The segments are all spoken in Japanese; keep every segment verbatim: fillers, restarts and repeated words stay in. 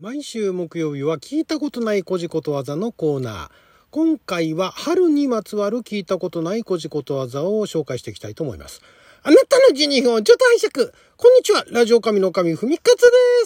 毎週木曜日は聞いたことないこじことわざのコーナー。今回は春にまつわる聞いたことないこじことわざを紹介していきたいと思います。あなたのじゅうにふんをちょっと拝借。こんにちは、ラジオ神の神ふみかつです。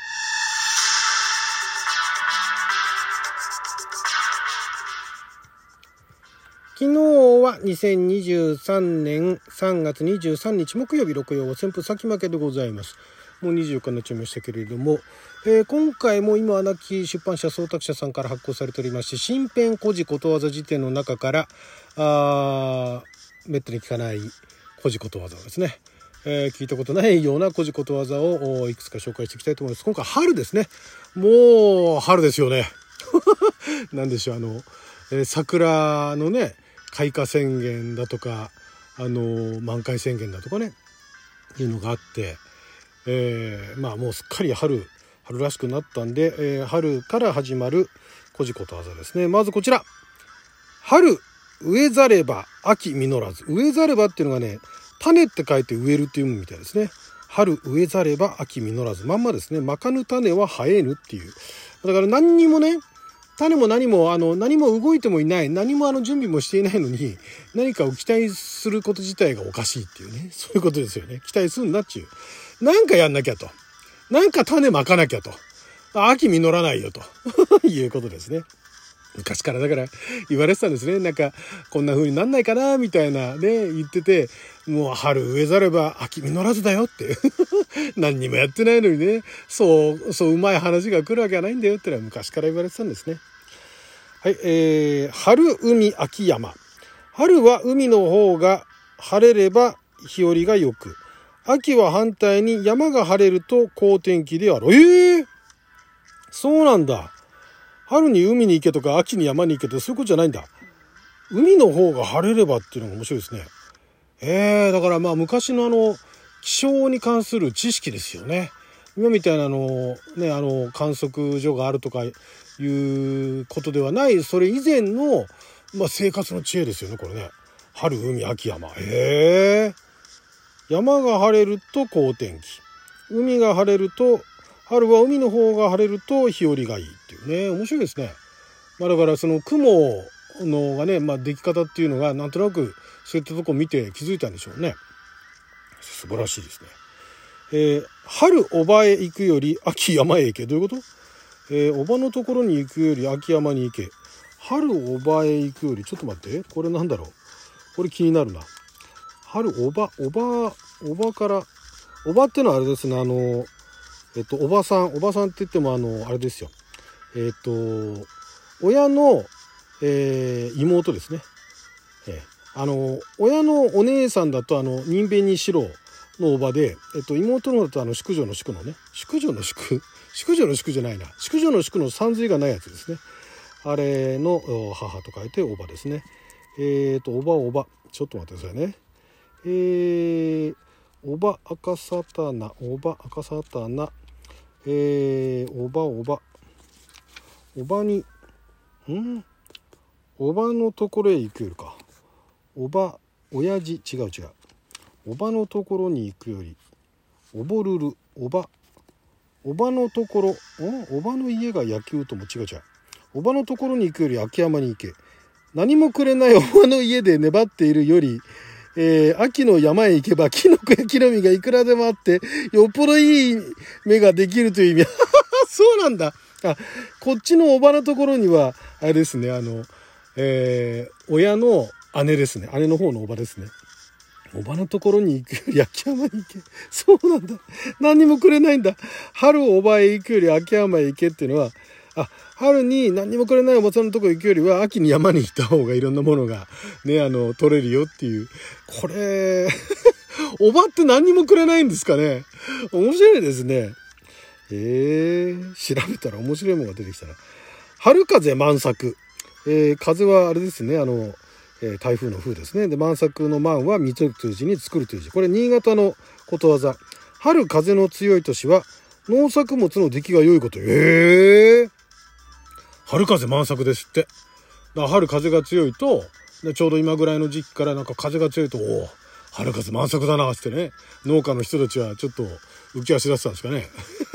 昨日はにせんにじゅうさんねんさんがつにじゅうさんにち木曜日、六曜旋風先負けでございます。もうにじゅうよっかになっちゃいましたけれども、えー、今回も今は亡き出版社創作者さんから発行されておりまして、新編古事ことわざ辞典の中からあめったに聞かない古事ことわざをですね、えー、聞いたことないような古事ことわざをいくつか紹介していきたいと思います。今回春ですね。もう春ですよね。なんでしょう、あの、えー、桜のね開花宣言だとか、あの満開宣言だとかねいうのがあって、えー、まあもうすっかり春春らしくなったんで、えー、春から始まる古事ことわざですね。まずこちら、春植えざれば秋実らず。植えざればっていうのがね、種って書いて植えるっていうみたいですね。春植えざれば秋実らず、まんまですね。まかぬ種は生えぬっていう。だから何にもね、種も何もあの何も動いてもいない、何もあの準備もしていないのに何かを期待すること自体がおかしいっていうね、そういうことですよね。期待するんだっちゅう、なんかやんなきゃと、なんか種まかなきゃと、秋実らないよということですね。昔からだから言われてたんですね。なんかこんな風になんないかなみたいなね言ってて、もう春植えざれば秋実らずだよって何にもやってないのにね、そうそううまい話が来るわけはないんだよってのは昔から言われてたんですね。はい、えー、春海秋山。春は海の方が晴れれば日和が良く、秋は反対に山が晴れると好天気である。えー、そうなんだ。春に海に行けとか秋に山に行けとそういうことじゃないんだ。海の方が晴れればっていうのが面白いですね。えー、だからまあ昔のあの気象に関する知識ですよね。今みたいなのね、あの観測所があるとかいうことではない、それ以前の、まあ、生活の知恵ですよね、これね。春海秋山。えー、山が晴れると好天気、海が晴れると、春は海の方が晴れると日和がいいっていうね、面白いですね。まあ、だからその雲のがね、まあ、出来方っていうのがなんとなくそういったとこ見て気づいたんでしょうね。素晴らしいですね。えー、春おばへ行くより秋山へ行け。どういうこと？えー、おばのところに行くより秋山に行け。春おばへ行くより、ちょっと待って、これなんだろう、これ気になるな。春おばおばおばから、おばってのはあれですね、あのえっとおばさんおばさんって言ってもあのあれですよ、えっと親の、えー、妹ですね。えー、あの親のお姉さんだとあの人弁に白のおばで、えっと妹のだとあの宿女の宿のね、宿女の宿宿女の宿じゃないな、宿女の宿のさんずいがないやつですね。あれの母と書いておばですね。えっとおばおば、ちょっと待ってくださいね。えー、おば赤さたな、おば赤さたな、えー、おばおばおばにんおばのところへ行くよりか、おば親父、違う違う、おばのところに行くよりおぼるる、おばおばのところ、んおばの家が野球とも違う違う、おばのところに行くより秋山に行け。何もくれないおばの家で粘っているより、えー、秋の山へ行けば木の木や木の実がいくらでもあってよっぽどいい芽ができるという意味。そうなんだ。あ、こっちのおばのところにはあれですね、あの、えー、親の姉ですね、姉の方のおばですね。おばのところに行くより秋山に行け。そうなんだ。何にもくれないんだ。春おばへ行くより秋山へ行けっていうのは、あ、春に何にもくれないおばさんのところ行くよりは秋に山に行った方がいろんなものがね、あの取れるよっていう。これおばって何にもくれないんですかね。面白いですね。えー、調べたら面白いものが出てきたな。春風満作。えー、風はあれですね、あの、えー、台風の風ですね。で、満作の満は見つくという字に作るという字。これ新潟のことわざ。春風の強い年は農作物の出来が良いこと。えー、春風満作ですって。だから春風が強いと、でちょうど今ぐらいの時期からなんか風が強いと、お春風満作だなってね、農家の人たちはちょっと浮き足立ってたんですかね。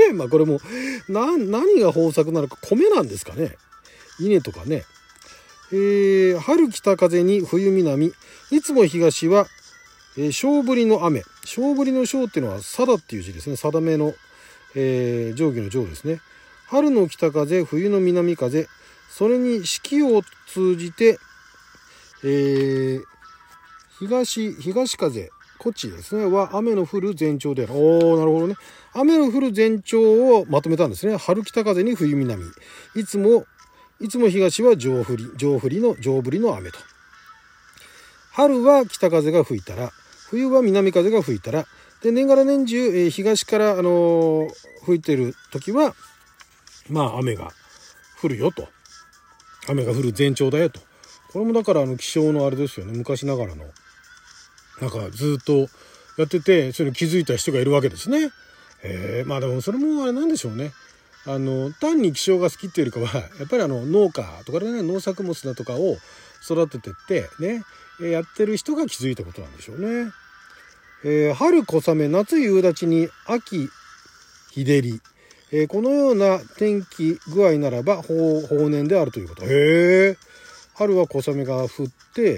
まあこれもな何が豊作なのか、米なんですかね。稲とかね。えー、春北風に冬南、いつも東は、えー、小降りの雨。小降りの小っていうのは定っていう字ですね。定めの、えー、定規の定ですね。春の北風、冬の南風、それに四季を通じて、えー、東東風こっちですねは雨の降る前兆である。おー、なるほどね。雨の降る前兆をまとめたんですね。春北風に冬南、いつもいつも東は上降り上降りの上降りの雨と。春は北風が吹いたら、冬は南風が吹いたら、で年がら年中、えー、東から、あのー、吹いてる時はまあ雨が降るよと。雨が降る前兆だよと。これもだからあの気象のあれですよね。昔ながらのなんかずっとやってて、それに気づいた人がいるわけですね。えー、まあでもそれもあれなんでしょうね。あの単に気象が好きっていうよりかは、やっぱりあの農家とかでね、農作物だとかを育ててってね、やってる人が気づいたことなんでしょうね。えー、春小雨、夏夕立に秋日照り、えー、このような天気具合ならば豊年であるということ。へえ。春は小雨が降って、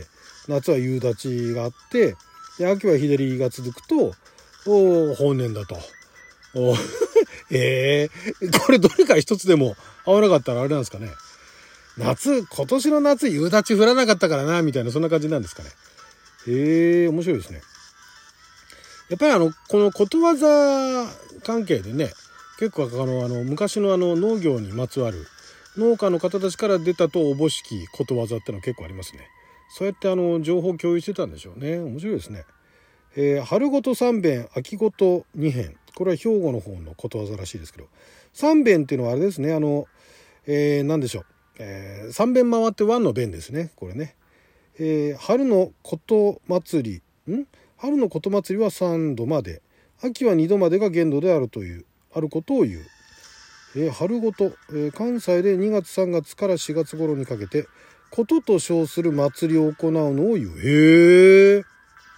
夏は夕立があって、で秋は日照りが続くと豊年だと。おえー、これどれか一つでも合わなかったらあれなんですかね。夏、今年の夏夕立降らなかったからなみたいな、そんな感じなんですかね。へえ、面白いですね。やっぱりあのこのことわざ関係でね、結構あのあの昔のあの農業にまつわる農家の方たちから出たとおぼしきことわざってのは結構ありますね。そうやってあの情報を共有してたんでしょうね。面白いですね。えー、春ごと三遍、秋ごと二遍。これは兵庫の方のことわざらしいですけど、三遍っていうのはあれですね。あの、えー、何でしょう。えー、三遍回って湾の弁ですね。これね。えー、春のこと祭り、ん春のこと祭りは三度まで、秋は二度までが限度であるという、あることを言う。えー、春ごと、えー、関西でにがつさんがつからしがつ頃にかけて、ことと称する祭りを行うのを言う。へえ。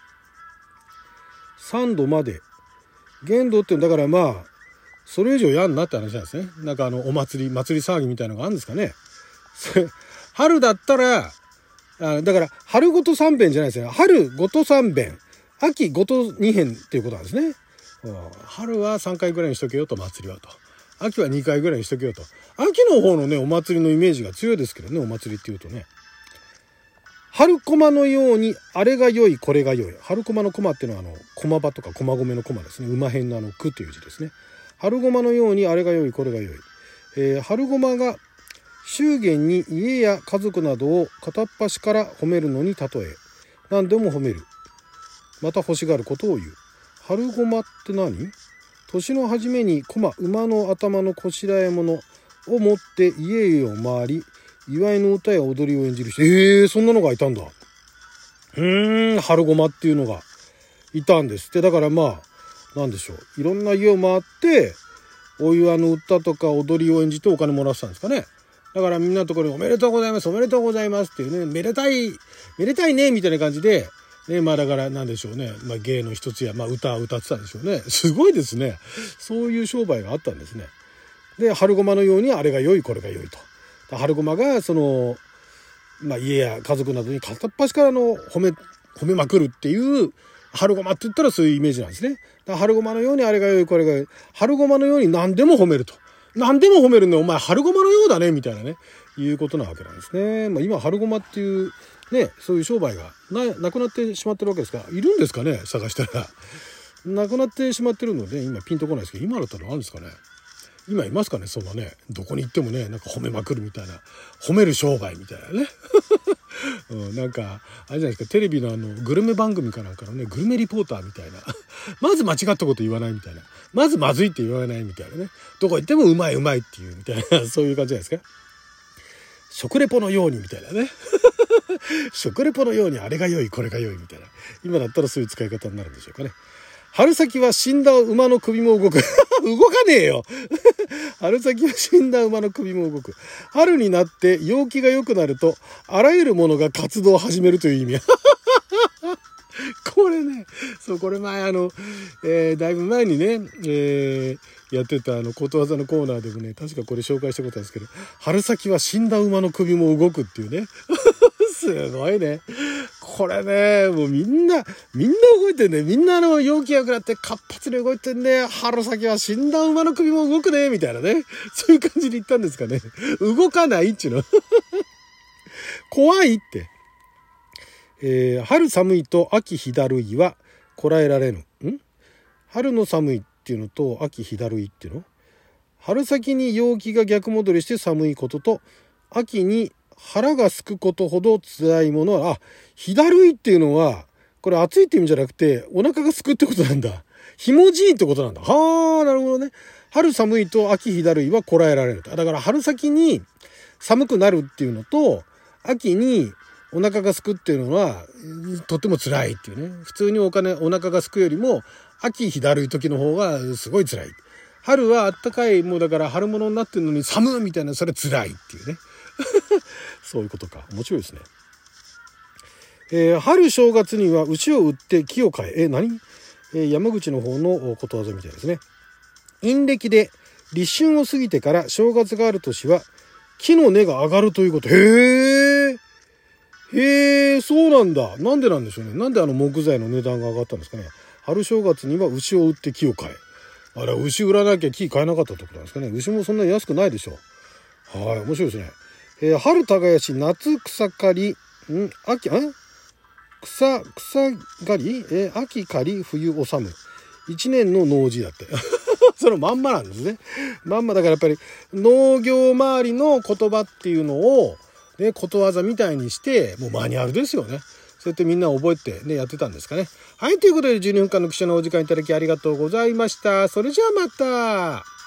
三度まで。限度ってだからまあ、それ以上やんなって話なんですね。なんかあの、お祭り、祭り騒ぎみたいなのがあるんですかね。春だったら、あだから、春ごと三遍じゃないですよ。春ごと三遍。秋ごと二遍っていうことなんですね。春はさんかいぐらいにしとけよと、祭りはと。秋はにかいぐらいにしとけよと。秋の方のね、お祭りのイメージが強いですけどね、お祭りっていうとね。春駒のように、あれが良い、これが良い。春駒の駒っていうのは、あの、駒場とか駒込の駒ですね。馬辺のあの、句という字ですね。春駒のように、あれが良い、これが良い。えー、春駒が、祝言に家や家族などを片っ端から褒めるのに例え、何でも褒める。また欲しがることを言う。春駒って何？年の初めに駒、馬の頭のこしらえ物を持って家々を回り、祝いの歌や踊りを演じる人。えー、そんなのがいたんだ。うーん、春駒っていうのがいたんですって。だからまあ、なんでしょう。いろんな家を回って、お祝いの歌とか踊りを演じてお金もらってたんですかね。だからみんなのところにおめでとうございます、おめでとうございますっていうね、めでたい、めでたいね、みたいな感じで、ね、まあだからなんでしょうね。まあ芸の一つや、まあ歌を歌ってたんでしょうね。すごいですね。そういう商売があったんですね。で、春駒のようにあれが良い、これが良いと。春駒がその、まあ家や家族などに片っ端からの褒め、褒めまくるっていう春駒って言ったらそういうイメージなんですね。だから春駒のようにあれが良い、これが良い。春駒のように何でも褒めると。何でも褒めるんだよ、お前春駒のようだね、みたいなね、いうことなわけなんですね。まあ今春駒っていうね、そういう商売がな、なくなってしまってるわけですから、いるんですかね、探したら。なくなってしまってるので、今ピンとこないですけど、今だったら何ですかね。今いますかね、そんなね、どこに行ってもね、なんか褒めまくるみたいな、褒める商売みたいなね。うん、なんか、あれじゃないですか、テレビのあの、グルメ番組かなんかのね、グルメリポーターみたいな。まず間違ったこと言わないみたいな。まずまずいって言わないみたいなね。どこ行ってもうまいうまいっていうみたいな、そういう感じじゃないですか。食レポのようにみたいなね。食レポのようにあれが良い、これが良いみたいな。今だったらそういう使い方になるんでしょうかね。春先は死んだ馬の首も動く。動かねえよ。春先は死んだ馬の首も動く。春になって陽気が良くなると、あらゆるものが活動を始めるという意味。 これね、そう、これ前あの、えー、だいぶ前にね、えー、やってたあの、ことわざのコーナーでもね、確かこれ紹介したことあるんですけど、春先は死んだ馬の首も動くっていうね。すごいね。これね、もうみんな、みんな動いてんね。みんなあの、陽気役だって活発に動いてんね。春先は死んだ馬の首も動くね、みたいなね。そういう感じで言ったんですかね。動かないっちゅうの。怖いって。えー、春寒いと秋日だるいはこらえられぬ。ん春の寒いっていうのと秋日だるいっていうの、春先に陽気が逆戻りして寒いことと、秋に腹がすくことほど辛いものは、あ、日だるいっていうのはこれ暑いって意味じゃなくてお腹がすくってことなんだ。ひもじいってことなんだ。はあ、なるほどね。春寒いと秋日だるいはこらえられる。だから春先に寒くなるっていうのと、秋にお腹がすくっていうのはとっても辛いっていうね。普通にお金お腹がすくよりも秋日だるい時の方がすごい辛い。春はあったかい、もうだから春物になってるのに寒いみたいな、それ辛いっていうね。そういうことか。面白いですね。えー、春正月には牛を売って木を買え。え何、えー、山口の方のことわざみたいですね。陰暦で立春を過ぎてから正月がある年は木の根が上がるということ。へー。へえ、そうなんだ。なんでなんでしょうね。なんであの木材の値段が上がったんですかね。春正月には牛を売って木を買え。あれ、牛売らなきゃ木買えなかったってことなんですかね。牛もそんなに安くないでしょう。はい、面白いですね。えー、春耕し、夏草刈り、ん秋、ん草、草刈り、えー、秋刈り、冬収む。一年の農事だって。そのまんまなんですね。まんまだからやっぱり農業周りの言葉っていうのを、ね、ことわざみたいにして、もうマニュアルですよね。そうやってみんな覚えてね、やってたんですかね。はい、ということでじゅうにふんかんの記者のお時間いただきありがとうございました。それじゃあまた。